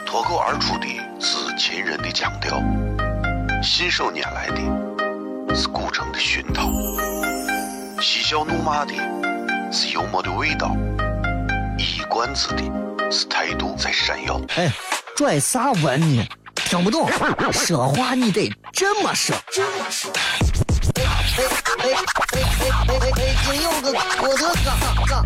脱口而出的是秦人的腔调，信手拈来的是古城的熏陶，嬉笑怒骂的是幽默的味道，一冠子的是态度在闪耀。 哎，拽啥文呢？听不懂，说话你得这么说。 北京有个郭德纲，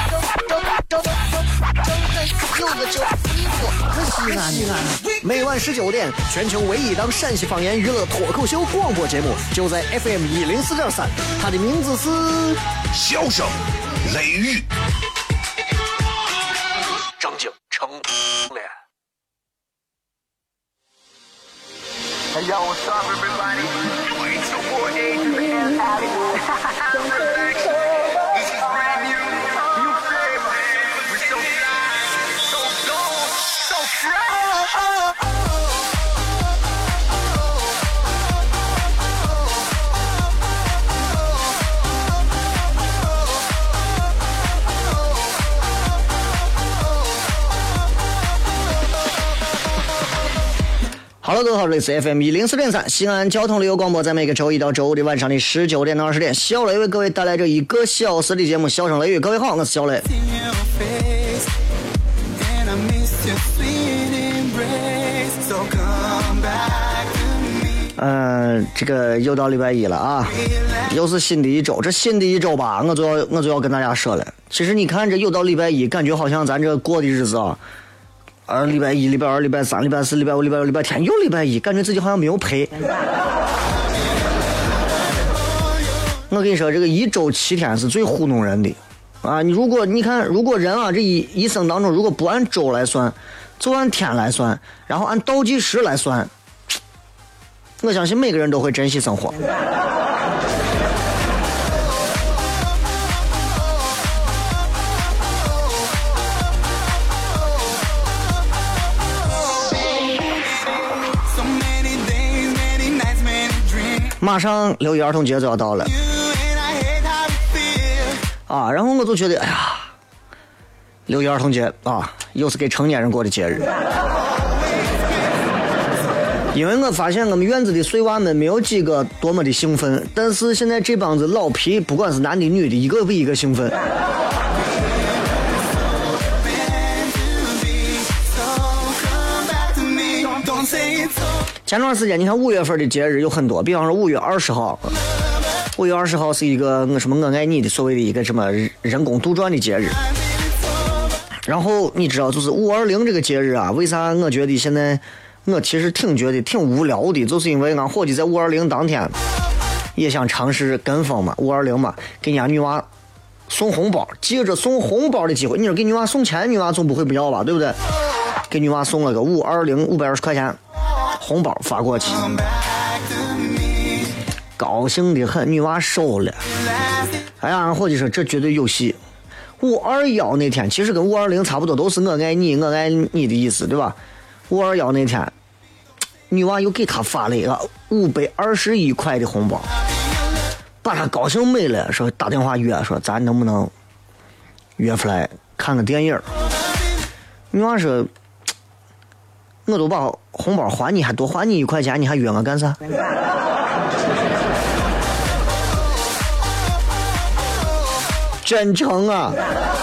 有个叫一国。 西安，每晚19点，全球唯一档陕西方言娱乐脱口秀广播节目，就在 FM 104.3，它的名字是笑声雷雨。 张景成脸。 Hey yo, what's up, everybody? It's your boy A to the N Hollywood. This is brand new flavor. We're so fly, so gold, so fresh. Hello， 各位好，这里是 FM 104.3西安交通旅游广播，在每个周一到周五的晚上的19点到20点，小雷为各位带来这一个小时的节目，笑声雷雨。各位好，我是小雷。这个又到礼拜一了啊，又是新的一周。这新的一周吧，我就要跟大家说了。其实你看，这又到礼拜一，感觉好像咱这过的日子啊。礼拜一、礼拜二、礼拜三、礼拜四、礼拜五、礼拜六、礼拜天，又礼拜一，感觉自己好像没有陪。我跟你说，这个一周7天是最糊弄人的啊！你看，如果人啊，这一生当中，如果不按周来算，就按天来算，然后按倒计时来算，我相信每个人都会珍惜生活。马上6一儿童节就要到了啊，然后我就觉得，哎呀，6一儿童节啊，又是给成年人过的节日。因为我发现我们院子的碎娃们没有几个多么的兴奋，但是现在这帮子老皮，不管是男的女的，一个比一个兴奋。前段时间你看5月份的节日有很多，比方说5月20号，5月20号是一个我爱你的所谓的一个什么人工杜撰的节日。然后你知道就是520这个节日啊，为啥我觉得现在我其实觉得挺无聊的，就是因为俺伙计在520当天也想尝试跟风嘛，520嘛，给人家女娃送红包，借着送红包的机会，你说给女娃送钱，女娃总不会不要吧，对不对？给女娃送了个520 520块钱红包发过去，高兴的很，女娃收了。哎呀，伙计说这绝对有戏。521那天其实跟520差不多，都是我爱你的意思，对吧？521那天，女娃又给他发了一个521块的红包，把他高兴没了，说打电话约，说咱能不能约出来看个电影？女娃说，我都把红包还你，还多还你1块钱，你还约我干啥？真诚啊！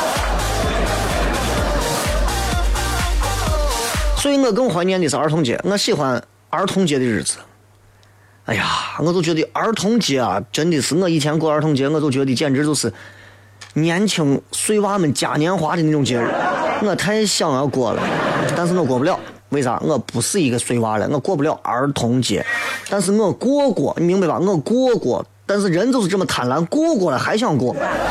所以我更怀念的是儿童节，我喜欢儿童节的日子。哎呀，我都觉得儿童节啊，真的是我以前过儿童节，我都觉得简直就是年轻碎娃们嘉年华的那种节日，我太想要过了，但是我过不了。为啥？我不是一个碎娃了，我过不了儿童节。但是我过，你明白吧？我过，但是人就是这么贪婪，过了还想过。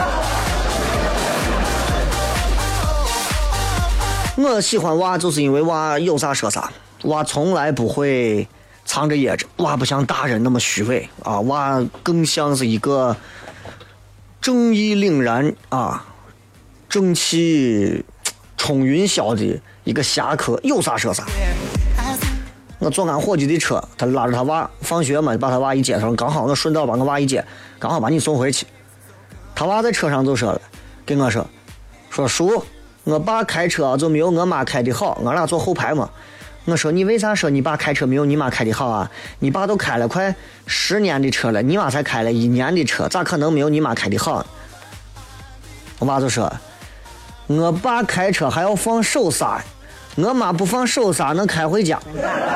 我喜欢娃，就是因为娃有啥说啥，娃从来不会藏着掖着，娃不像大人那么虚伪啊，娃更像是一个正义凛然啊，正气冲云霄的一个侠客，有啥说啥。我坐俺伙计的车，他拉着他娃放学嘛，把他娃一接上，刚好我顺道把我娃一接，刚好把你送回去。他娃在车上就说了，跟我说叔， 我爸开车就没有我妈开的好，我俩坐后排嘛。我说你为啥说你爸开车没有你妈开的好啊？你爸都开了快10年的车了，你妈才开了1年的车，咋可能没有你妈开的好？我爸就说，我爸开车还要放手刹，我妈不放手刹能开回家。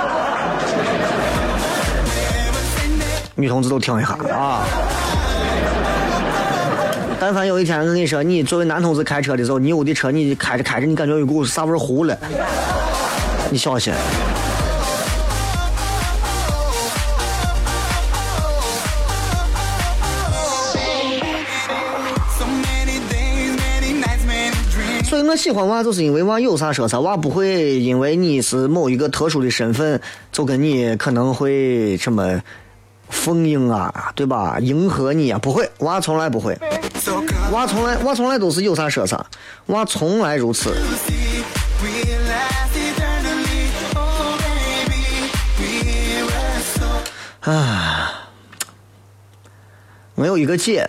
女同志都听一下啊！但凡有一天我跟你说，你作为男同志开车的时候，你有的车你开着开着，你感觉有股啥味糊了，你小心。所以我喜欢娃，就是因为娃有啥说啥，娃不会因为你是某一个特殊的身份，就跟你可能会什么封印啊，对吧？迎合你啊，不会，娃从来不会，娃从来都是有啥说啥，娃从来如此。啊，我有一个姐，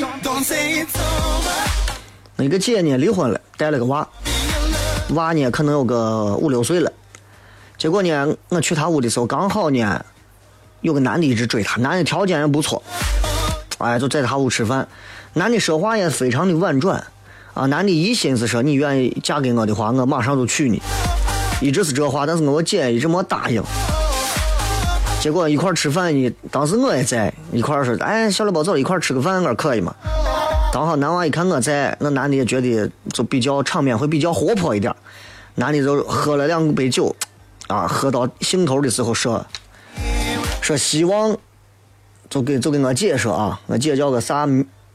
我一个姐呢离婚了，带了个娃，娃呢可能有个5、6岁了。结果呢，我去她屋的时候，刚好呢有个男的一直追她，男的条件也不错，哎，就在她屋吃饭。男的说话也非常的婉转啊，男的一心思说你愿意嫁给我的话，我马上就娶你，一直是这话，但是我姐一直没答应。结果一块吃饭呢，当时我也在一块说，哎，小老宝走一块吃个饭，我说可以吗？刚好男娃一看我在，那男的也觉得就比较场面会比较活泼一点，男的就喝了2杯酒，啊，喝到兴头的时候说希望就跟我姐说啊，我姐叫个啥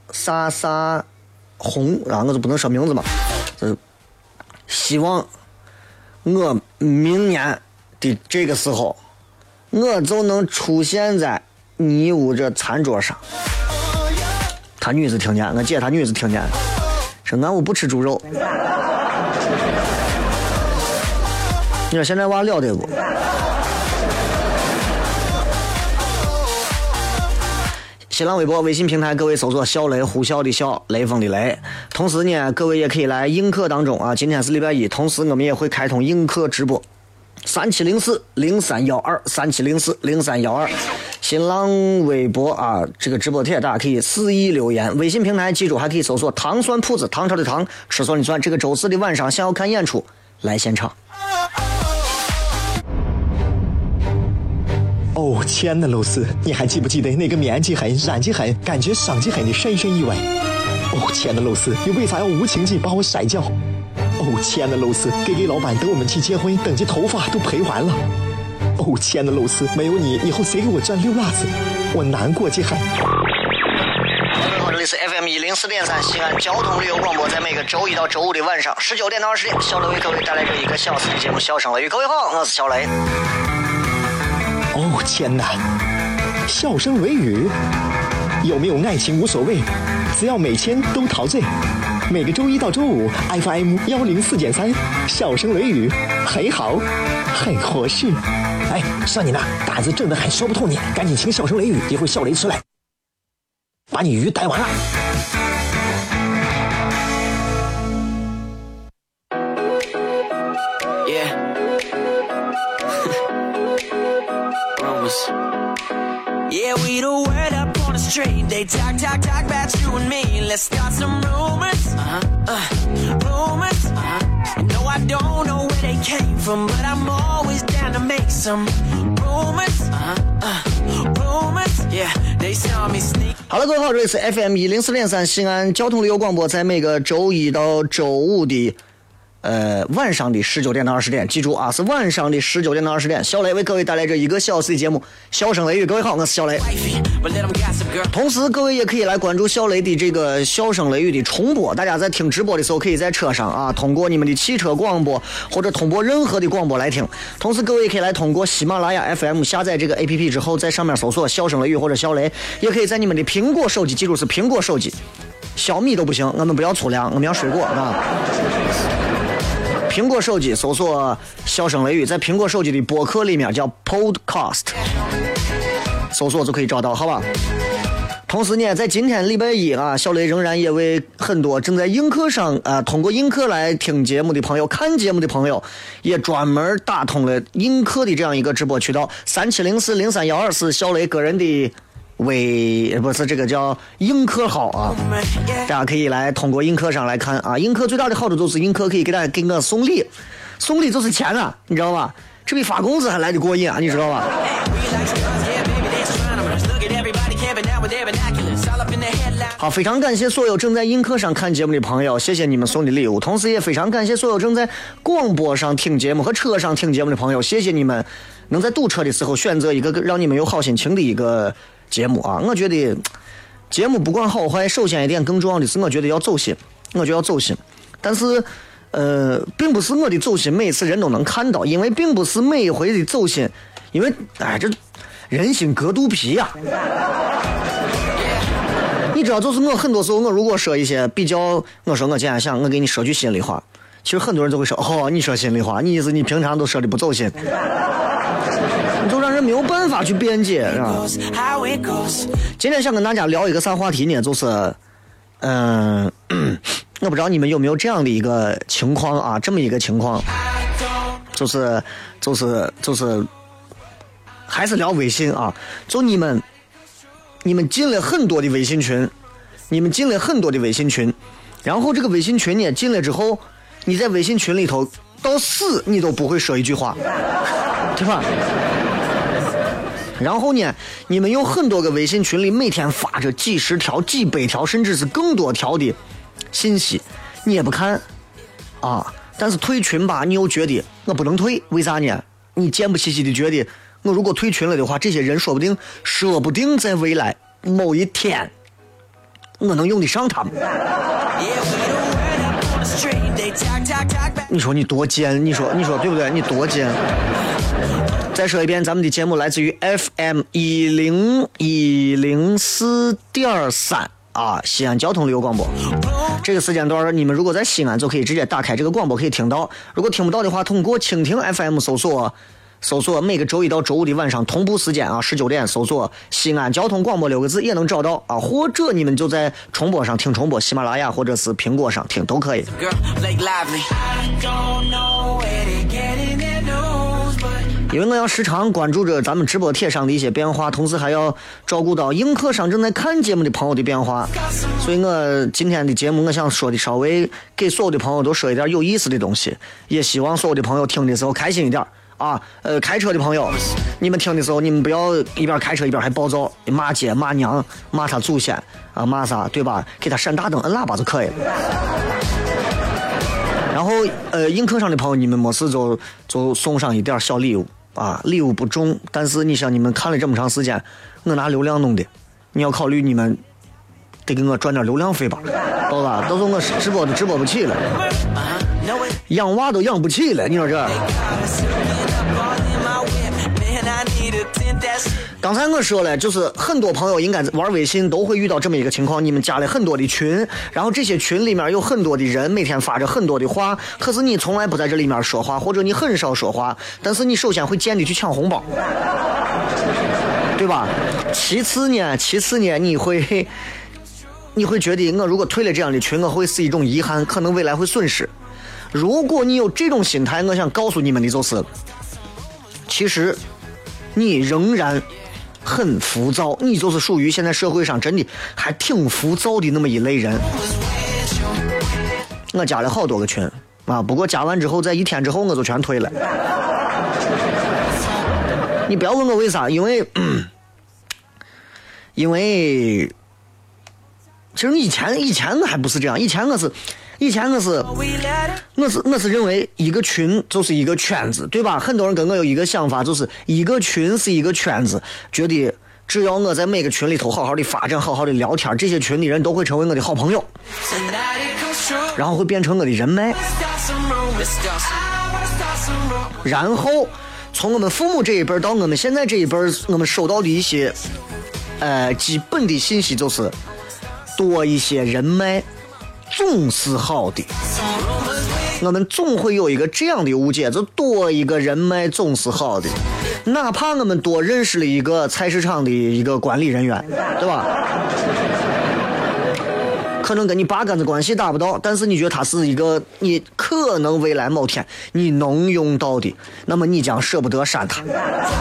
红，然后我就不能说名字嘛，希望我明年的这个时候，我就能出现在你屋这餐桌上。他女子听见，我姐她女子听见，说俺屋不吃猪肉。你说现在娃了得不？新浪微博、微信平台，各位搜索小雷，呼啸的啸，雷锋的雷。同时呢，各位也可以来映客当中啊，今天是礼拜一，同时我们也会开通映客直播，3704-0312，3704-0312。新浪微博啊，这个直播帖大家可以肆意留言。微信平台记住还可以搜索糖酸铺子，唐朝的糖，吃酸的酸。这个周四的晚上想要看演出，来现场。 哦，亲爱的露丝，你还记不记得那个棉积狠、染剂狠、感觉伤及狠的深深意外？哦，亲爱的露丝，你为啥要无情地把我甩掉？哦，亲爱的露丝，给老板等我们去结婚，等这头发都赔完了。哦，亲爱的露丝，没有你，以后谁给我赚溜辣子？我难过极狠。 这里是 FM 104.3西安交通旅游广播，在每个周一到周五的晚上19点到20点，小雷为各位带来这1个小时的节目《笑声雷雨》。各位好，我是小雷。 哦天哪，笑声雷雨，有没有爱情无所谓，只要每天都陶醉。每个周一到周五 FM 104.3，笑声雷雨，很好，很合适。哎，算你那胆子正的很，说不透你，赶紧请笑声雷雨，一会儿笑雷出来，把你鱼逮完了。 Yeah, we the word up on the street. They talk about you and me. Let's start some rumors. Rumors. No, I don't know where they came from, but I'm always down to make some rumors. Rumors. Yeah, they saw me sneak. 好了，各位好，这里是 FM 104.3西安交通旅游广播，在每个周一到周五的晚上的19点到20点，记住啊，是晚上的19点到20点。小雷为各位带来这1个小时的节目《笑声雷雨》。各位好，我是小雷。同时，各位也可以来关注小雷的这个《笑声雷雨》的重播。大家在听直播的时候，可以在车上啊，通过你们的汽车广播或者通过任何的广播来听。同时，各位也可以来通过喜马拉雅 FM 下载这个 APP 之后，在上面搜索《笑声雷雨》或者小雷，也可以在你们的苹果手机，记住是苹果手机，小米都不行，我们不要粗粮，我们要水果啊。苹果手机搜索笑声雷雨，在苹果手机的播客里面叫 Podcast， 搜索就可以找到，好吧？ 同时呢，在今天礼拜一啊，小雷仍然也为很多正在映客上通过映客来听节目的朋友、看节目的朋友，也专门打通了映客的这样一个直播渠道，3704031124小雷个人的不是这个叫映客号啊，大家可以来通过映客上来看啊。映客最大的好处就是映客可以给大家给我送礼，送礼就是钱啊，你知道吧？这比发工资还来得过瘾啊，你知道吧？好，非常感谢所有正在映客上看节目的朋友，谢谢你们送的礼物，同时也非常感谢所有正在广播上听节目和车上听节目的朋友，谢谢你们能在堵车的时候选择一个让你们有好心情的一个节目啊！我觉得节目不管好坏，首先一点更重要的是，我觉得要走心，但是并不是我的走心每次人都能看到，因为并不是每一回的走心，因为这人心隔肚皮呀。你知道，就是我很多时候，我如果说一些比较，我说我今天想，我给你说句心里话，其实很多人都会说，哦，你说心里话，你意思你平常都说的不走心，你就让人没有办法去辩解，是吧？今天想跟大家聊一个啥话题呢？就是，我不知道你们有没有这样的一个情况啊，这么一个情况，就是，还是聊微信啊，就你们进了很多的微信群，然后这个微信群呢进来之后，你在微信群里头到死你都不会说一句话，对吧？然后呢，你们有很多个微信群里每天发着几十条、几百条，甚至是更多条的信息，你也不看啊。但是退群吧，你又觉得我不能退，为啥呢？你贱不兮兮的觉得，我如果退群了的话，这些人说不定在未来某一天，我能用得上他们。你说你多贱，你说对不对？你多贱。再说一遍，咱们的节目来自于 FM 10104.3啊，西安交通旅游广播。这个时间段你们如果在西安就可以直接打开这个广播可以听到，如果听不到的话，通过蜻蜓 FM 搜索每个周一到周五的晚上同步时间啊，19点搜索西安交通广播6个字也能找到啊，或者你们就在重播上听重播，喜马拉雅或者是苹果上听都可以。因为我要时常关注着咱们直播帖上的一些变化，同时还要照顾到映客上正在看节目的朋友的变化，所以我今天的节目我想说的稍微给所有的朋友都说一点有意思的东西，也希望所有的朋友听的时候开心一点啊。开车的朋友，你们听的时候你们不要一边开车一边还暴躁，骂街骂娘骂他祖先啊，骂啥对吧？给他闪大灯摁喇叭就可以了。然后映客上的朋友，你们没事就送上一点小礼物啊，礼物不重，但是你想你们看了这么长时间，我拿流量弄的，你要考虑你们得给我赚点流量费吧，懂吧？到时候我直播都直播不起了，养娃都养不起了，你说这。刚才我说了，就是很多朋友应该玩微信都会遇到这么一个情况，你们加了很多的群，然后这些群里面有很多的人每天发着很多的话，可是你从来不在这里面说话，或者你很少说话，但是你首先会见你去抢红包，对吧？其次呢你会觉得我如果退了这样的群，我会是一种遗憾，可能未来会损失。如果你有这种心态，我想告诉你们的就是，其实你仍然很浮躁，你就是属于现在社会上真的还挺浮躁的那么一类人。我加了好多个群啊，不过加完之后在1天之后我就全退了。你不要问我为啥，因为其实以前我还不是这样，以前我是认为一个群就是一个圈子，对吧？很多人跟我有一个想法，就是一个群是一个圈子，觉得只要我在每个群里头好好的发展，好好的聊天，这些群里人都会成为我的好朋友，然后会变成我的人脉。然后从我们父母这一辈到我们现在这一辈，我们收到的一些基本的信息就是多一些人脉总是好的，我们总会有一个这样的误解，就多一个人脉总是好的。 哪怕我们多认识了一个菜市场的一个管理人员，对吧？可能跟你八竿子关系打不到，但是你觉得他是一个你可能未来某天你能用到的，那么你将舍不得删他。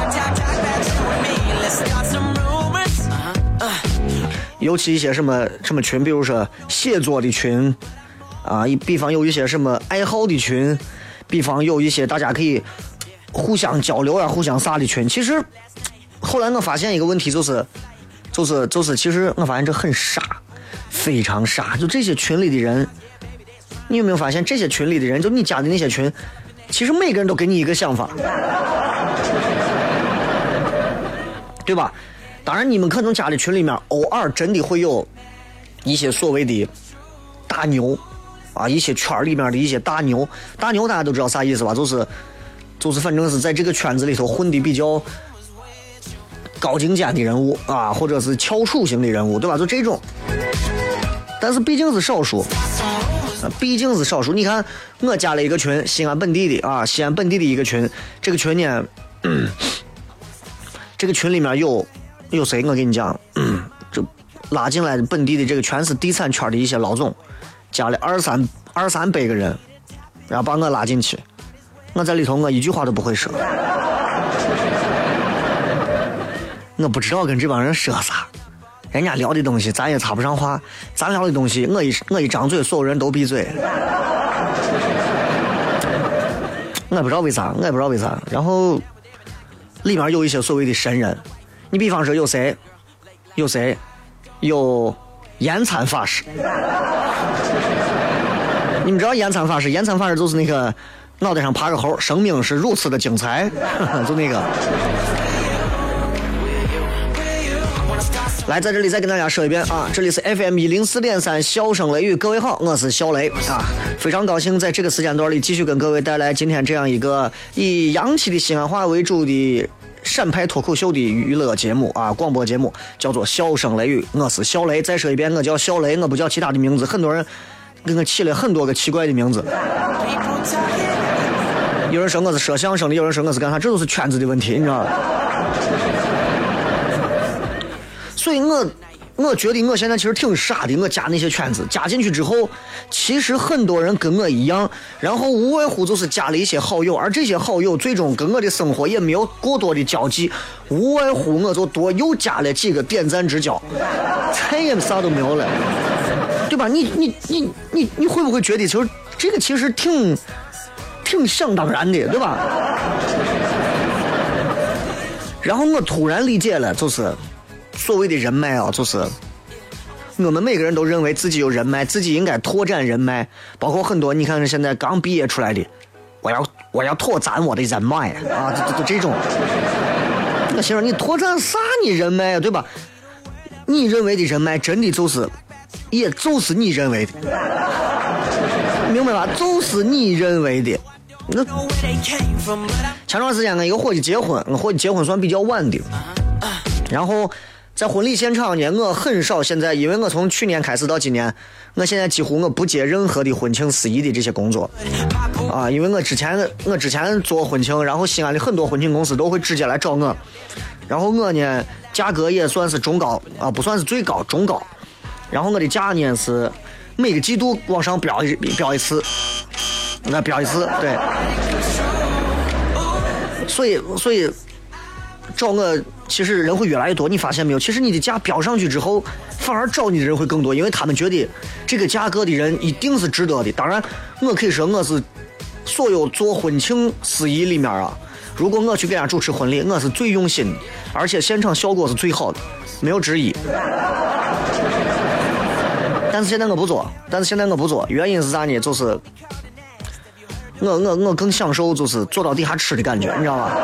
尤其一些什么群，比如说写作的群啊，比方有一些什么爱好的群，比方有一些大家可以互相交流啊、互相撒的群。其实后来我发现一个问题，就是其实我发现这很傻，非常傻。就这些群里的人，你有没有发现这些群里的人，就你加的那些群，其实每个人都给你一个想法，对吧？当然你们可能加的群里面偶尔真的会有一些所谓的大牛啊，一些圈里面的一些大牛大家都知道啥意思吧？就是反正是在这个圈子里头混的比较高精尖的人物啊，或者是翘楚型的人物，对吧？就这种，但是毕竟是少数，你看我加了一个群，西安本地的一个群，这个群呢，这个群里面有谁？我跟你讲，这拉进来的本地的这个全是地产圈的一些老总，加了二三百个人，然后把我拉进去，我在里头我一句话都不会说，我不知道跟这帮人说啥，人家聊的东西咱也插不上话，咱聊的东西我一张嘴所有人都闭嘴，我也不知道为啥，然后里面有一些所谓的神人。你比方说有谁有延参法师，你们知道延参法师就是那个脑袋上爬个猴，生命是如此的精彩，就那个。来，在这里再跟大家说一遍啊，这里是 FM104.3笑声雷雨，各位好，我是小雷啊，非常高兴在这个时间段里继续跟各位带来今天这样一个以洋气的西安话为主的陕派脱口秀的娱乐节目啊，广播节目叫做笑声雷雨，我是小雷。再说一遍，我叫小雷，我不叫其他的名字。很多人给我起了很多个奇怪的名字，有人说我是说相声的，有人说我是干啥，这都是圈子的问题，你知道吗？所以我觉得我现在其实挺傻的，我加那些圈子加进去之后，其实很多人跟我一样，然后无外乎就是加了一些好友，而这些好友最终跟我的生活也没有过多的交集，无外乎我就多又加了几个点赞之交，再也啥都没有了，对吧？你会不会觉得就是这个其实挺想当然的，对吧？然后我突然理解了，就是所谓的人脉啊，就是我们每个人都认为自己有人脉，自己应该拓展人脉，包括很多你看现在刚毕业出来的，我要拓展我的人脉啊，这种。那先生，你拓展啥你人脉啊，对吧？你认为的人脉真的也就是你认为的，明白吧？就是你认为的。那前段时间呢，一个伙计结婚算比较晚的，然后在婚礼现场呢，我很少现在，因为我从去年开始到今年，我现在几乎我不接任何的婚庆司仪的这些工作啊，因为我之前做婚庆，然后西安的很多婚庆公司都会直接来找我，然后我呢价格也算是中高啊，不算是最高，中高，然后我的价呢是每个季度往上标一次，那标一次，对，所以找我其实人会越来越多，你发现没有？其实你的价标上去之后，反而找你的人会更多，因为他们觉得这个价格的人一定是值得的。当然，我可以说我是所有做婚庆司仪里面啊，如果我去给人家主持婚礼，我是最用心的，而且现场效果是最好的，没有之一。但是现在我不做，原因是啥呢？就是我更享受就是坐到底下吃的感觉，你知道吗？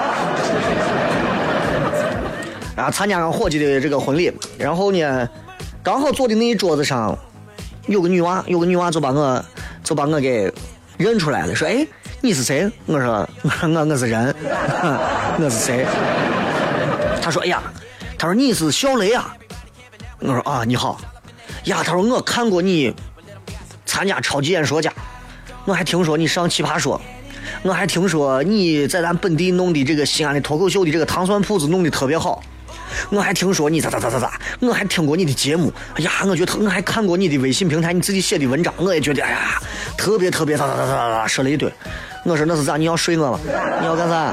然后参加上伙计的这个婚礼，然后呢，刚好坐的那一桌子上有个女娃就把我给认出来了，说：“哎，你是谁？”我说：“我是人，我是谁？”他说：“哎呀，他说你是小雷啊。”我说：“啊，你好。”呀，他说我看过你参加超级演说家，我还听说你上奇葩说， 我还听说你在咱本地弄的这个西安的脱口秀的这个糖蒜铺子弄的特别好。我还听说你咋，我还听过你的节目，哎呀，我觉得我还看过你的微信平台你自己写的文章，我也觉得哎呀，特别咋说了一堆。我说那是咋？你要睡我吗？你要干啥？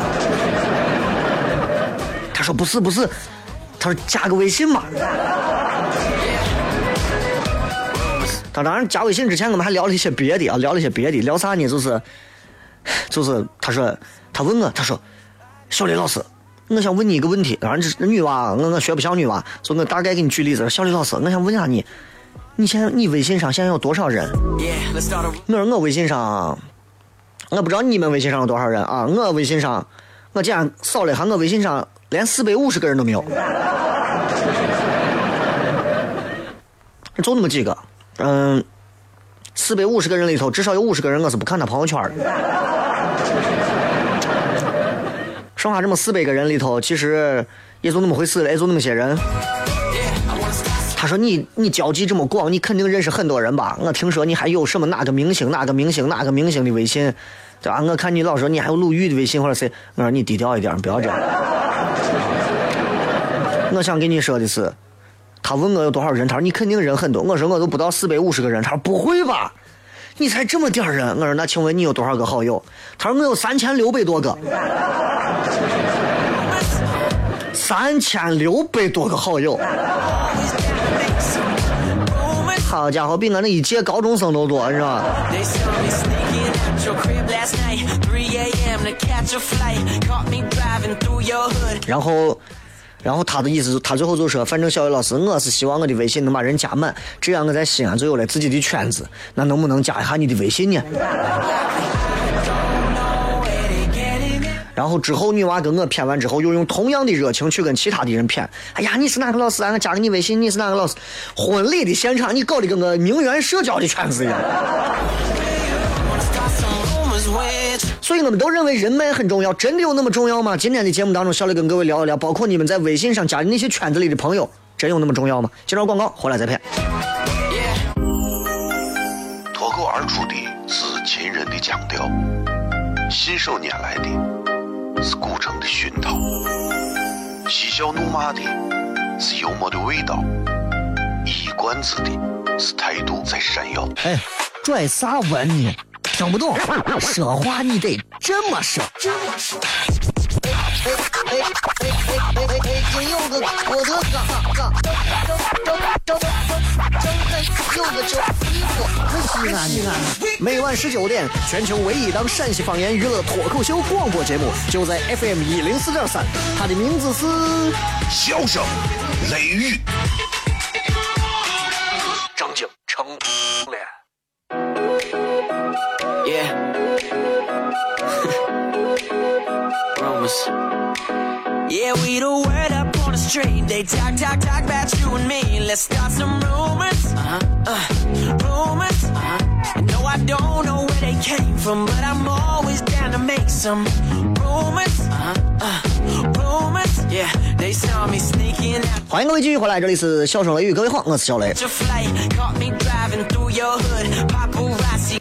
他说不是，他说加个微信嘛。他当然加微信之前我们还聊了一些别的，聊啥呢？就是他说他问我，他说小李老师。我想问你一个问题，当然这是女娃，我学不像女娃，所以我大概给你举例子。小李老师，我想问一下你现在你微信上现在有多少人？我说我微信上，我不知道你们微信上有多少人啊？我微信上，我竟然扫了一下，我微信上连450个人都没有，就那么几个。450个人里头，至少有50个人我是不看他朋友圈的。剩下这么400个人里头，其实也就那么回事了，也就那么些人。他说你交际这么广，你肯定认识很多人吧？我听说你还有什么哪个明星的微信，对吧？我看你老说你还有鲁豫的微信或者谁，我说你低调一点，不要这样。我想跟你说的是，他问我有多少人，他说你肯定人很多。我说我都不到450个人，他说不会吧？你才这么点人？我说那请问你有多少个好友？他说我有3600多个。3600多个好友，好家伙，比俺那一届高中生都多，你知道吗？然后他的意思，他最后就说，反正小雨老师，我是希望我的微信能把人加满，这样我在西安就有了自己的圈子，那能不能加一下你的微信呢？然后之后女娃跟我谝完之后，又用同样的热情去跟其他的人谝。哎呀，你是哪个老师啊？我加个你微信，你是哪个老师？婚礼的现场，你搞得跟个名媛社交的圈子一样。所以我们都认为人脉很重要，真的有那么重要吗？今天的节目当中，小磊跟各位聊一聊，包括你们在微信上加的那些圈子里的朋友，真有那么重要吗？接着广告，回来再谝。 脱口而出的是秦人的腔调，信手拈来的是古城的熏陶，嬉笑怒骂的是幽默的味道，一冠子的是态度在闪耀。 哎，拽啥文呢？听不懂，说话你得这么说。 北京有个我的有个叫西安。 每晚19点，全球唯一档陕西方言娱乐脱口秀广播节目，就在 FM 104.3，它的名字是笑声雷雨。 张景成脸。 Yeah. Rumors. Yeah, we the word up on the street. They talk about you and me. Let's start some rumors. Rumors. No, I don't know where they came from, but I'm always down to make some rumors. Rumors. Yeah, they saw me sneaking out. 欢迎各位继续回来，这里是笑声雷雨，各位好，我是小雷。 Caught me driving through your hood. Paparazzi.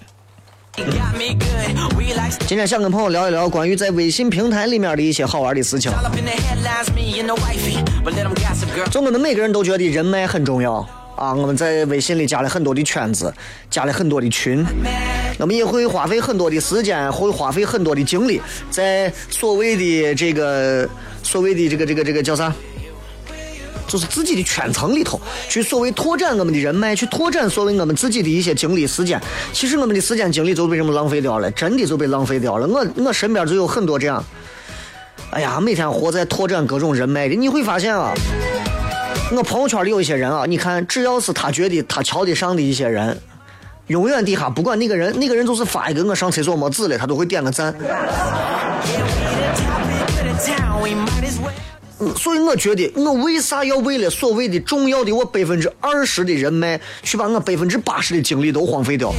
今天想跟朋友聊一聊关于在微信平台里面的一些好玩的事情。就我们每个人都觉得人脉很重要啊，我们在微信里加了很多的圈子，加了很多的群，我们也会花费很多的时间，会花费很多的精力，在所谓的这个叫啥？就是自己的圈层里头去所谓拓展我们的人脉，去拓展所谓我们自己的一些精力时间。其实我们的时间精力就被这么浪费掉了，真的就被浪费掉了。我身边就有很多这样，哎呀，每天活在拓展各种人脉的。你会发现啊，我朋友圈里有一些人啊，你看只要是他觉得他瞧得上的一些人，永远底下不管那个人就是发一个我上厕所没纸了，他都会点个赞。所以我觉得我为啥要为了所谓的重要的我20%的人脉去把我80%的精力都荒废掉？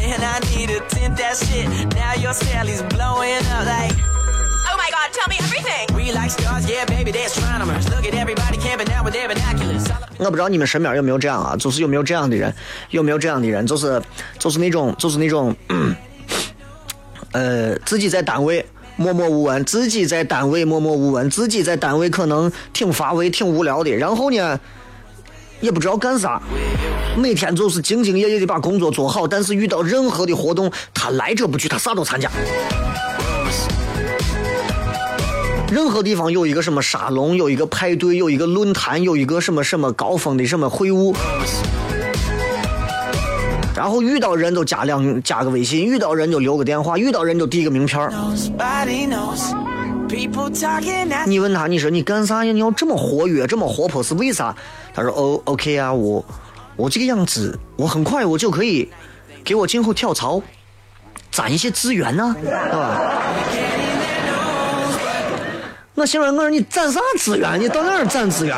我不知道你们身边有没有这样啊，就是有没有这样的人，就是那种自己在单位默默无闻，自己在单位默默无闻，自己在单位可能挺乏味挺无聊的，然后呢也不知道干啥，每天就是兢兢业业的把工作做好，但是遇到任何的活动他来者不拒，他啥都参加。任何地方有一个什么沙龙，有一个派对，有一个论坛，有一个什么什么高峰的什么会晤，然后遇到人都加个微信，遇到人就留个电话，遇到人就递个名片。你问他，你说你干啥呀？你要这么活跃这么活泼是为啥？他说OK 啊，我这个样子我很快我就可以给我今后跳槽攒一些资源呢，对吧？我心说你攒啥资源？你到哪儿攒资源？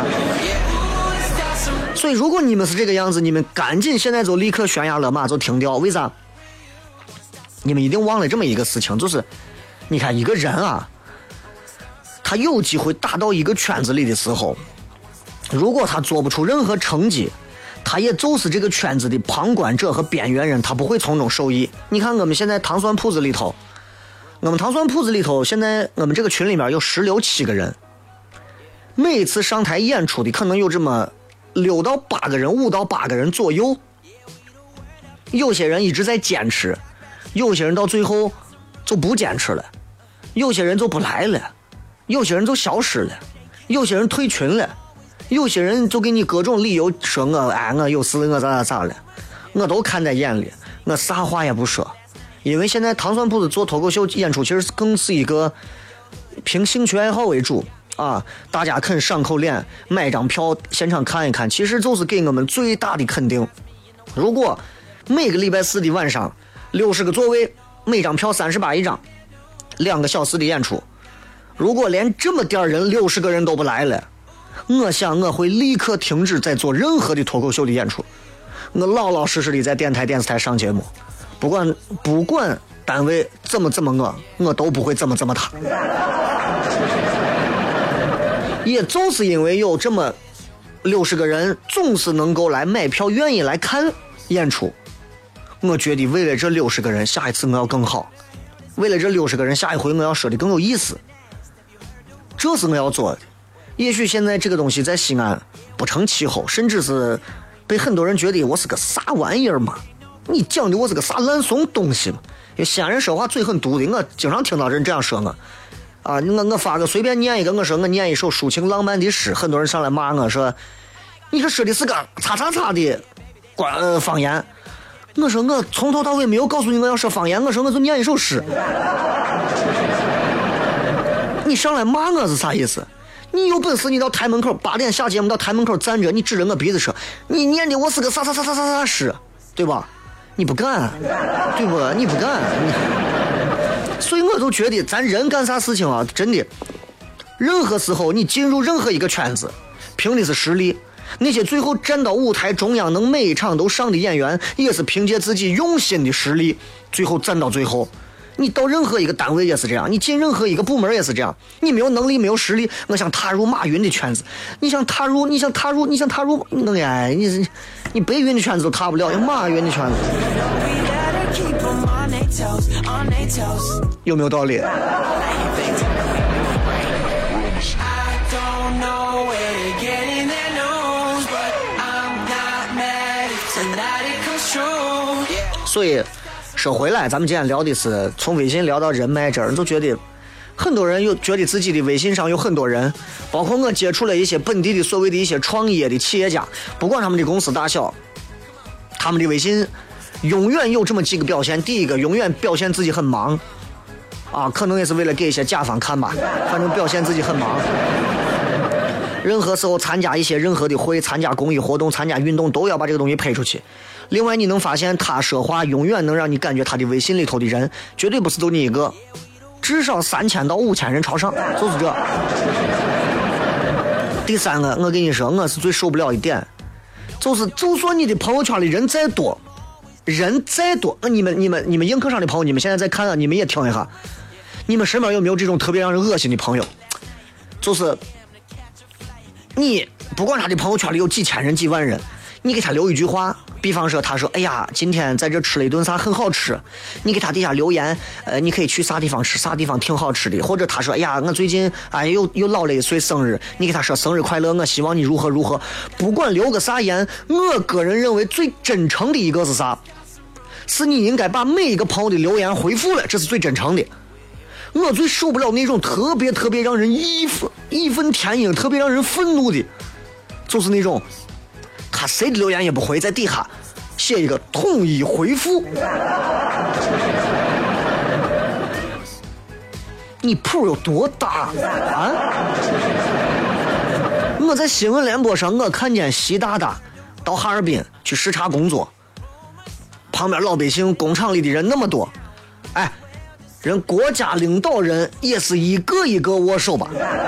所以如果你们是这个样子，你们赶紧现在就立刻悬崖勒马就停掉。为啥？你们一定忘了这么一个事情，就是你看一个人啊，他有机会打到一个圈子里的时候，如果他做不出任何成绩，他也就是这个圈子的旁观者和边缘人，他不会从中受益。你看我们现在糖酸铺子里头，现在我们这个群里面有16、7个人，每一次上台演出的可能有这么6到8个人，5到8个人左右。有些人一直在坚持，有些人到最后就不坚持了，有些人就不来了，有些人就消失了，有些人退群了，有些人就给你各种理由说我有事我咋了，我都看在眼里，我啥话也不说。因为现在糖酸铺子做脱口秀演出其实更是一个凭兴趣爱好为主啊，大家肯上口脸买张票现场看一看，其实就是给我们最大的肯定。如果每个礼拜四的晚上60个座位，每张票38一张，2个小时的演出，如果连这么点人60个人都不来了，我想我会立刻停止再做任何的脱口秀的演出，我老老实实的在电台电视台上节目，不管单位怎么我都不会怎么他。也就是因为有这么60个人总是能够来买票愿意来看演出，我觉得为了这60个人下一次我要更好，为了这60个人下一回我要说的更有意思，这是我要做的。也许现在这个东西在西安不成气候，甚至是被很多人觉得我是个啥玩意儿嘛，你讲的我是个啥烂怂东西嘛。因为西安人说话嘴很毒的，我经常听到人这样说我啊，我发个随便念一个，我说我念一首抒情浪漫的诗，很多人上来骂我说你这说的是个叉的方言。我说我从头到尾没有告诉你我要说方言，我说我就念一首诗。你上来骂我是啥意思？你有本事你到台门口8点下节目到台门口站着，你指着我鼻子说你念的我是个啥诗，对吧？你不干，对不？你不干，所以我就觉得咱人干啥事情啊，真的，任何时候你进入任何一个圈子，凭的是实力。那些最后站到舞台中央能每一场都上的演员，也是凭借自己用心的实力，最后站到最后。你到任何一个单位也是这样，你进任何一个部门也是这样。你没有能力没有实力，我想踏入马云的圈子，你想踏入你白云的圈子都踏不了，要马云的圈子，有没有道理？所以说回来，咱们今天聊的是从微信聊到人脉这儿，就觉得很多人又觉得自己的微信上有很多人，包括我接触了一些本地的所谓的一些创业的企业家，不管他们的公司大小，他们的微信永远有这么几个表现。第一个，永远表现自己很忙啊，可能也是为了给一些甲方看吧，反正表现自己很忙。任何时候参加一些任何的会，参加公益活动，参加运动，都要把这个东西配出去。另外你能发现他说话永远能让你感觉他的微信里头的人绝对不是就你一个，至少3000到5000人朝上，就是这。第三个，我跟你说，我是最受不了一点，就是就算你的朋友圈里人再多，你们映客上的朋友，你们现在在看啊，你们也听一下，你们身边有没有这种特别让人恶心的朋友？就是你不管他的朋友圈里有几千人几万人，你给他留一句话， 比方说他说哎呀今天在这吃了一顿啥很好吃，你给他底下留言你可以去啥地方吃，啥地方挺好吃的，或者他说哎呀我最近又老了1岁生日，你给他说生日快乐，我希望你如何如何。不管留个啥言，我个人认为最真诚的一个是啥，是你应该把每一个朋友的留言回复了，这是最真诚的。我最受不了那种特别让人义愤填膺，特别让人愤怒的，就是那种他谁的留言也不回，在底下写一个统一回复。你谱有多大啊？我在新闻联播上，我看见习大大到哈尔滨去视察工作，旁边老百姓工厂里的人那么多，哎，人国家领导人也是一个一个握手吧，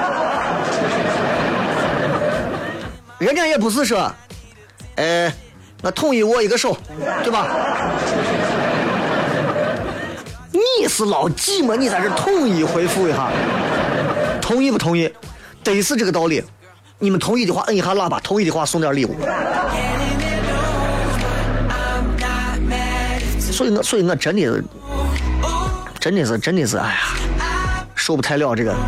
人家也不是说我统一握一个手，对吧？你是老几吗？你在这统一回复一下，同意不同意？得是这个道理。你们同意的话摁一下喇叭，同意的话送点礼物。所以我真的是哎呀，受不太了这个。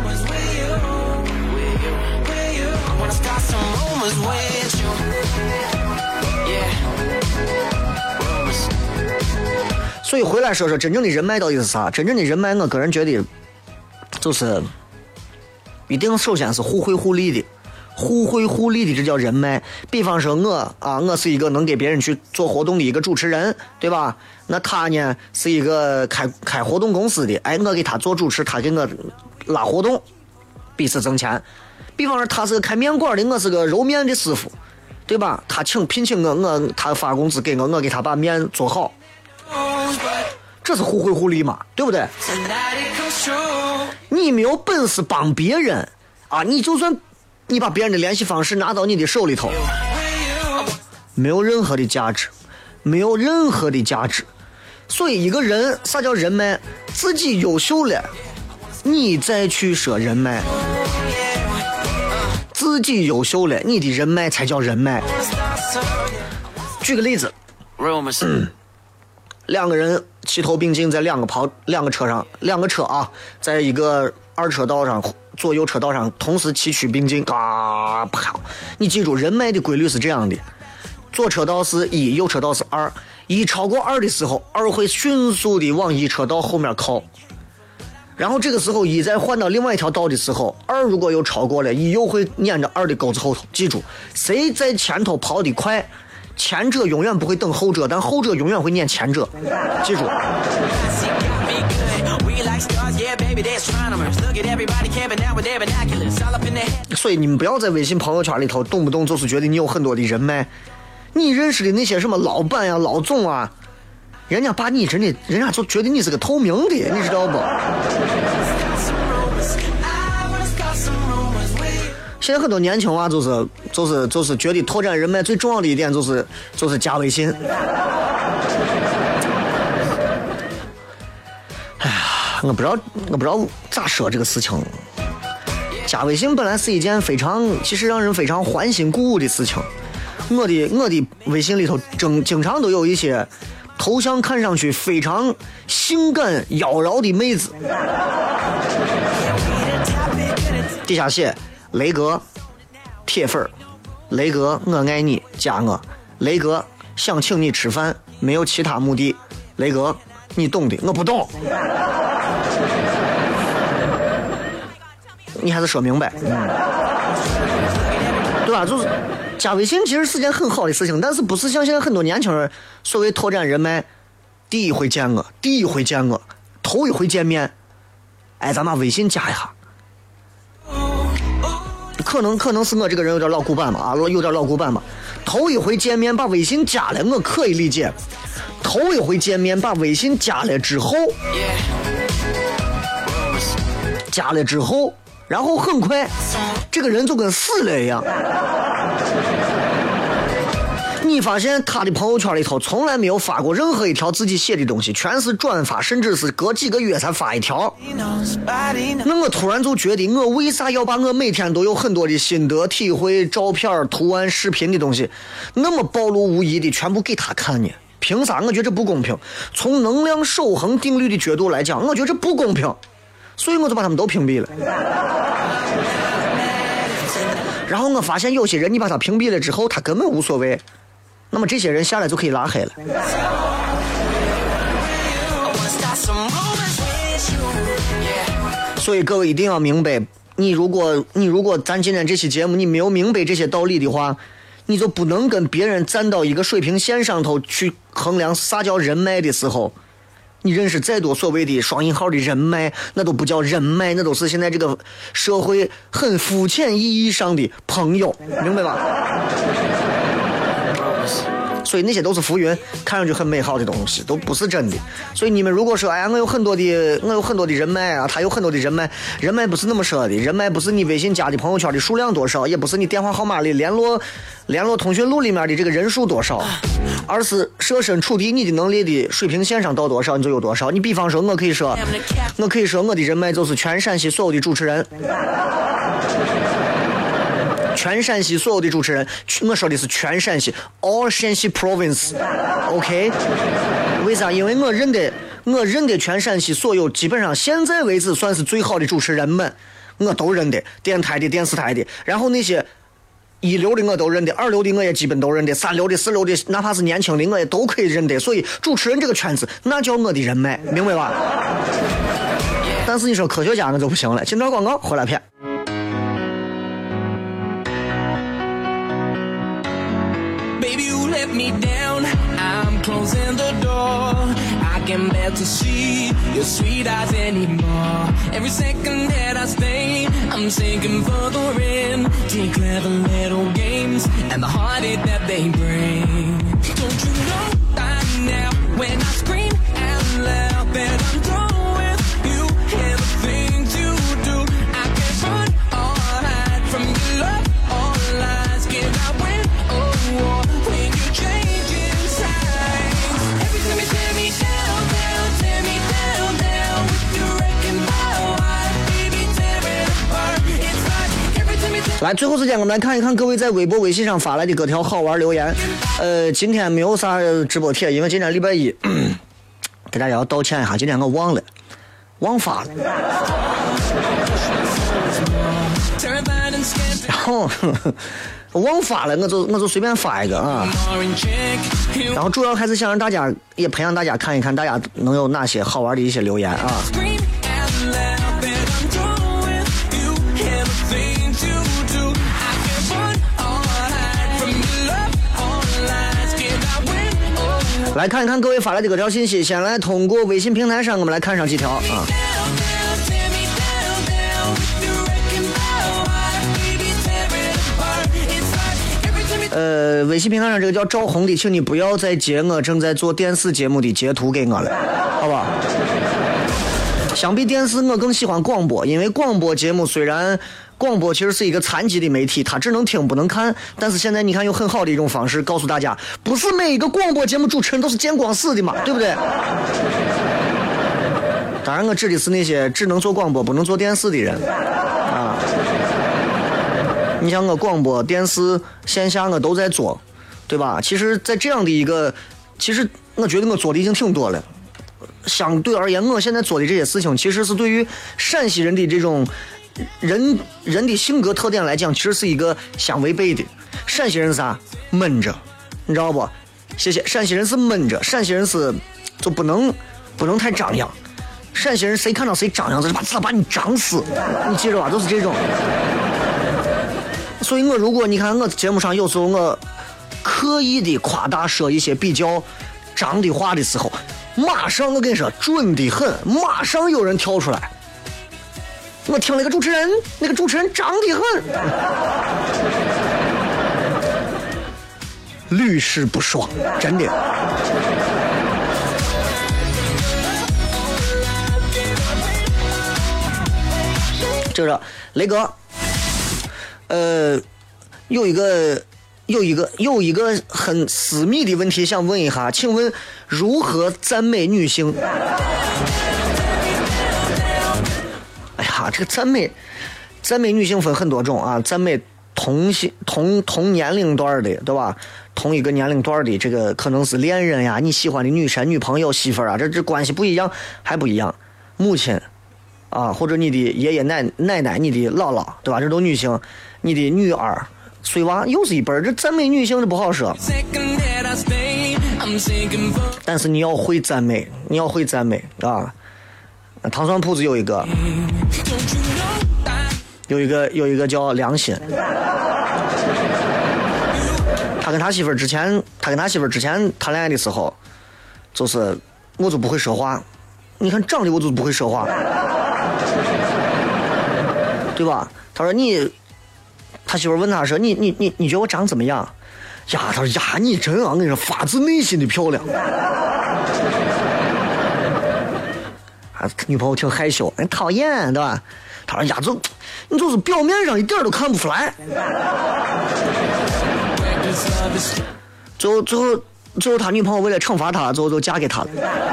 所以回来说说真正的人脉到底是啥？真正的人脉，我个人觉得就是一定首先是互惠互利的。互惠互利的这叫人脉。比方说我是一个能给别人去做活动的一个主持人，对吧？那他呢是一个开活动公司的，我给他做主持，他给我拉活动，彼此挣钱。比方说他是个开面馆的，我是个揉面的师傅，对吧？他聘请我他发工资给我给他把面做好，这是互惠互利嘛，对不对？你没有本事帮别人啊，你就算你把别人的联系方式拿到你的手里头，没有任何的价值，没有任何的价值。所以一个人啥叫人脉？自己优秀了，你再去说人脉；自己优秀了，你的人脉才叫人脉。举个例子，两个人齐头并进在两个车啊，在一个2车道上，左右车道上同时崎岖并进，嘎啪！你记住，人脉的规律是这样的：左车道是1，右车道是2，一超过2的时候，2会迅速的往1车道后面靠，然后这个时候1再换到另外一条道的时候，2如果又超过了，1又会撵着2的钩子后头。记住，谁在前头跑得快，前者永远不会等后者，但后者永远会撵前者。记住。所以你们不要在微信朋友圈里头动不动就是觉得你有很多的人脉，你认识的那些什么老板呀、老总啊，人家把你人家就觉得你是个透明的，你知道不？现在很多年轻娃就是觉得拓展人脉最重要的一点就是加微信。哎呀，我不知道咋说这个事情。加微信本来是一件其实让人非常欢欣鼓舞的事情。我的微信里头经常都有一些头像看上去非常性感妖娆的妹子，底下写雷哥铁粉，雷哥我爱你加我，雷哥想请你吃饭没有其他目的，雷哥你懂的，我不懂。你还是说明白，对吧？就是加微信其实是件很好的事情，但是不是像现在很多年轻人所谓拓展人脉，第一回见我，头一回见面，咱把微信加一下。可能是我这个人有点老古板嘛，有点老古板嘛。头一回见面把微信加了，我可以理解。头一回见面把微信加了之后，然后很快这个人就跟死了一样。 你发现他的朋友圈里头从来没有发过任何一条自己写的东西，全是转发，甚至是隔几个月才发一条。那我突然就觉得，我为啥要把我每天都有很多的心得体会、照片、图案、视频的东西，那么暴露无遗的全部给他看呢？凭啥？我觉得这不公平。从能量守恒定律的角度来讲，我觉得这不公平，所以我就把他们都屏蔽了。然后我发现有些人，你把他屏蔽了之后，他根本无所谓。那么这些人下来就可以拉黑了。所以各位一定要明白，你如果咱今天这期节目你没有明白这些道理的话，你就不能跟别人站到一个水平线上头去衡量啥叫人脉的时候。你认识再多所谓的双引号的人脉，那都不叫人脉，那都是现在这个社会很肤浅意义上的朋友，明白吧？所以那些都是浮云，看上去很美好的东西，都不是真的。所以你们如果说，哎呀，我有很多的人脉啊，他有很多的人脉不是那么说的，人脉不是你微信加的朋友圈的数量多少，也不是你电话号码里联络通讯录里面的这个人数多少，而是设身处地你的能力的水平线上到多少，你就有多少。你比方说，我可以说我的人脉就是全陕西所有的主持人。全陕西所有的主持人，我说的是全陕西 all 陕西 province，OK？ 为啥？因为我认得全陕西所有基本上现在为止算是最好的主持人们，我都认得，电台的、电视台的，然后那些一流的我都认得，二流的我也基本都认得，三流的、四流的，哪怕是年轻的我也都可以认得。所以主持人这个圈子，那叫我的人脉，明白吧？但是你说科学家那就不行了。进段广告回来片。 Let me down, I'm closing the door. I can't bear to see your sweet eyes anymore. Every second that I stay, I'm sinking further in. Take clever little games and the heartache that they bring. Don't you know by now when I scream out loud that I'm done with you and the things you do. I can't run or hide from your love or lies. Give I win or war when you change inside. Every time you tear me down, tear me down, with your wrecking ball, baby, tear it apart. It's like every time you tear. 来，最后时间我们来看一看各位在微博、微信上发来的各条好玩留言。今天没有啥直播帖，因为今天礼拜一，给大家要道歉一下，今天我忘发了。然后忘发了，我就随便发一个啊。然后主要还是想让大家也培养大家看一看，大家能有哪些好玩的一些留言啊。来看一看各位发来的各条信息，先来通过微信平台上我们来看上几条啊。微信平台上这个叫赵红的，请你不要再截我正在做电视节目的截图给我了，好吧？相比电视，我更喜欢广播，因为广播节目虽然广播其实是一个残疾的媒体，它只能听不能看，但是现在你看有很好的一种方式告诉大家，不是每一个广播节目主持人都是见光死的嘛，对不对？当然我指的是那些只能做广播不能做电视的人啊。你像我广播电视线下我都在做，对吧？其实在这样的一个，其实我觉得我做的已经挺多了，相对而言我现在做的这些事情其实是对于陕西人的这种人的性格特点来讲，其实是一个相违背的。陕西人是啥？闷着，你知道不？谢谢。陕西人是闷着，陕西人是就不能太张扬。陕西人谁看到谁张扬，就是把你张死，你记着吧，都是这种。所以我如果你看我节目上有时候我刻意的夸大说一些比较张的话的时候，马上我跟你说准的很，马上有人跳出来。我听了一个主持人，那个主持人张的很，屡试不爽，真的。这个雷哥，有一个有一个很私密的问题想问一下，请问如何赞美女性？哎呀，这个赞美女性分很多种啊，赞美同年龄段的，对吧？同一个年龄段的，这个可能是恋人呀，你喜欢的女神、女朋友、媳妇儿啊，这关系不一样，还不一样。母亲啊，或者你的爷爷奶奶、你的姥姥，对吧？这都女性，你的女儿、随娃又是一辈儿，这赞美女性这不好说。但是你要会赞美啊！糖蒜铺子有一个叫良心。他跟他媳妇儿之前谈恋爱的时候，就是我就不会说话，你看长得我就不会说话，对吧？他说他媳妇儿问他说你觉得我长怎么样呀？他说呀你真啊，我跟你说发自内心的漂亮。女朋友挺害羞，讨厌，对吧？他说呀你就是表面上一点都看不出来。最后他女朋友为了惩罚他，最后就嫁给他了。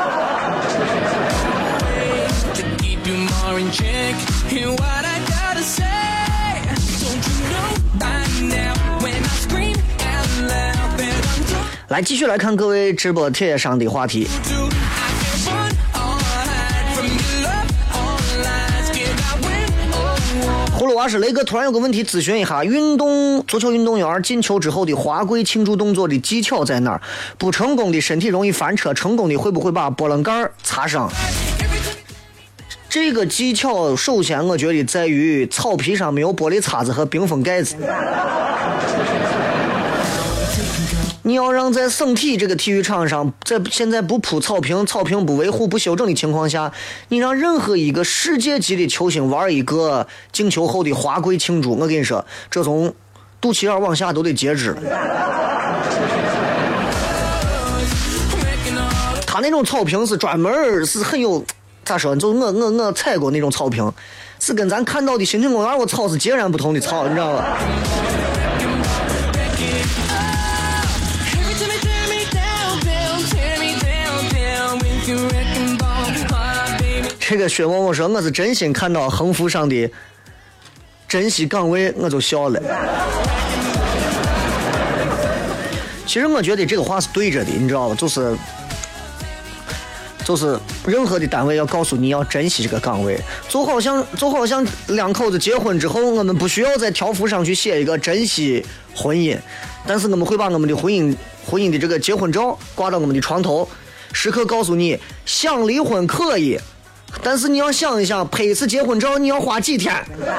来，继续来看各位直播帖上的话题。葫芦娃是雷哥，突然有个问题咨询一下：足球运动员进球之后的滑跪庆祝动作的技巧在哪儿？不成功的身体容易翻车，成功的会不会把波棱盖擦伤？这个技巧首先我觉得在于草皮上没有玻璃碴子和冰封盖子。你要让在省体这个体育场上，在现在不铺草坪不维护不修正的情况下，你让任何一个世界级的球星玩一个进球后的滑跪庆祝，我跟你说，这从肚脐眼往下都得截肢。他那种草坪是专门是很有咋说，就我踩过那种草坪，是跟咱看到的新城公园我草是截然不同的草，你知道吧？这个薛某某说我是真心看到横幅上的珍惜岗位我就笑了。其实我觉得这个话是对着的，你知道吧？就是任何的单位要告诉你要珍惜这个岗位，就好像两口子结婚之后，我们不需要在条幅上去写一个珍惜婚姻，但是我们会把我们的婚姻的这个结婚照挂到我们的床头，时刻告诉你想离婚可以，但是你要想一想，拍一次结婚照你要花几天？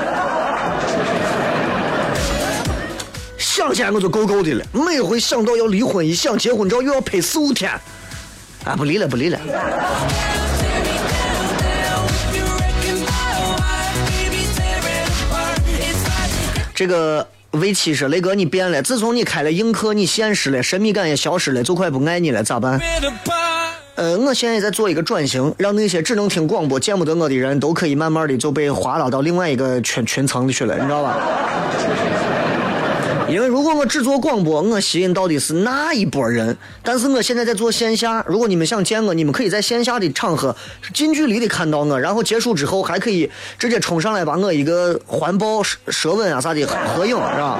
想起来我就够的了，每回想到要离婚，一想结婚照又要拍4-5天，啊，不离了。这个为妻说雷哥你变了，自从你开了映客，你现实了，神秘感也消失了，就快不爱你了，咋办？我现在也在做一个转型，让那些只能听广播见不得我的人都可以慢慢的就被划拉到另外一个群层里去了，你知道吧？因为如果我只做广播，我吸引到的是那一波人，但是我现在在做线下，如果你们想见我，你们可以在线下的场合近距离的看到我，然后结束之后还可以直接冲上来把我一个环抱舌吻啊啥的合影，是吧？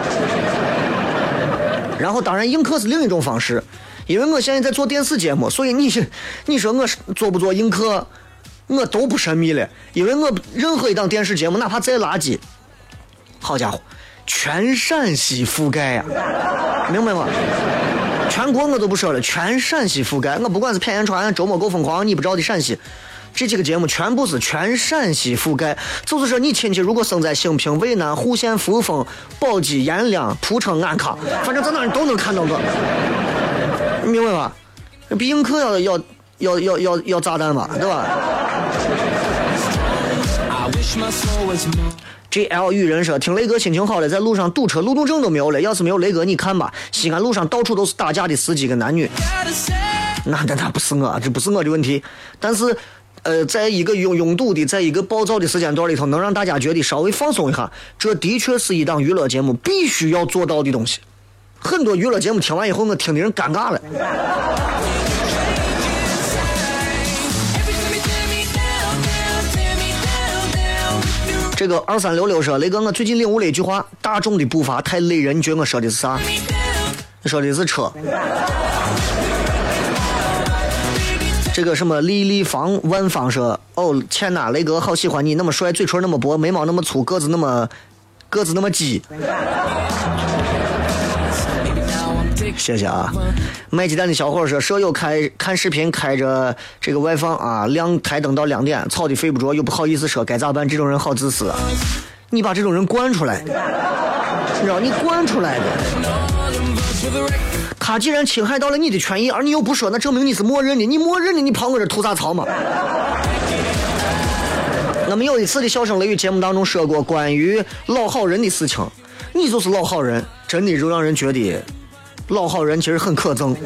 然后当然映客是另一种方式，因为我现在在做电视节目，所以你说我做不做映客我都不神秘了，因为我任何一档电视节目哪怕再垃圾，好家伙全陕西覆盖呀，明白吗？全国我都不说了，全陕西覆盖，我不管是偏言传、周末够疯狂、你不知道的陕西，这几个节目全部是全陕西覆盖。就是说你亲戚如果生在兴平、渭南、户县、扶风、宝鸡、阎良、蒲城、安康，反正在哪里都能看到我，明白吗？比映客要炸弹吧，对吧？GL 雨人说听雷哥心情好了，在路上堵车，路怒症都没有了，要是没有雷哥你看吧，西安路上到处都是打架的司机跟男女，那不是我，这不是我的问题，但是在一个拥堵的，在一个暴躁的时间段里头，能让大家觉得稍微放松一下，这的确是一档娱乐节目必须要做到的东西， 很多娱乐节目听完以后，我听的人尴尬了。这个2366说，雷哥，我最近领悟了一句话：大众的步伐太累人。你觉得我说的是啥？你说的是车。这个什么丽丽房万方说，哦天哪，雷哥好喜欢你，那么帅，嘴唇那么薄，眉毛那么粗，个子那么鸡。谢谢啊。卖鸡蛋的小伙说，舍友看视频开着这个外放啊，亮台灯到2点，吵得睡不着，又不好意思说，该咋办？这种人好自私啊！你把这种人惯出来，你知道你惯出来的。他既然侵害到了你的权益，而你又不说，那证明你是默认的。你默认的，你跑我这吐啥槽嘛？那么有一次的笑声雷雨节目当中说过关于老好人的事情，你就是老好人，真的就让人觉得老好人其实很可憎。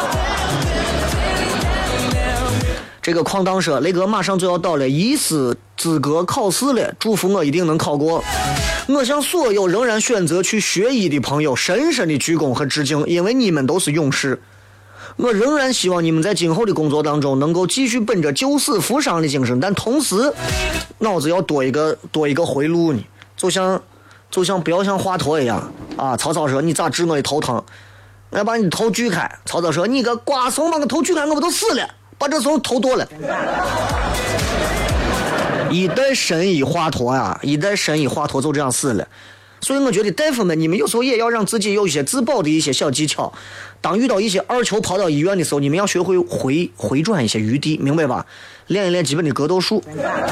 这个哐当说，雷哥马上就要到了医师资格考试了，祝福我一定能考过。我向所有仍然选择去学医的朋友深深的鞠躬和致敬，因为你们都是勇士。我仍然希望你们在今后的工作当中能够继续本着救死扶伤的精神，但同时脑子要多一个回路呢，就像不要像华佗一样啊。曹操说，你咋治我的头疼？我要把你头锯开。曹操说，你个瓜怂，把我头锯开，我不都死了？把这怂头剁了。一代神医华佗呀，一代神医华佗就这样死了。所以我觉得大夫们，你们有时候也要让自己有一些自保的一些小技巧。当遇到一些二球跑到医院的时候，你们要学会回转一些余地，明白吧？练一练基本的格斗术。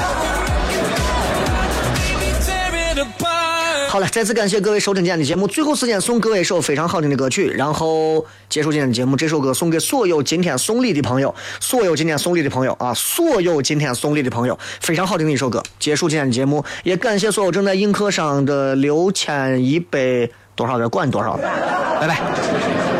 好了，再次感谢各位收听今天的节目。最后时间送各位一首非常好听的歌曲，然后结束今天的节目。这首歌送给所有今天送礼的朋友，所有今天送礼的朋友，非常好听的一首歌。结束今天的节目，也感谢所有正在映客上的6100多少个管多少，拜拜。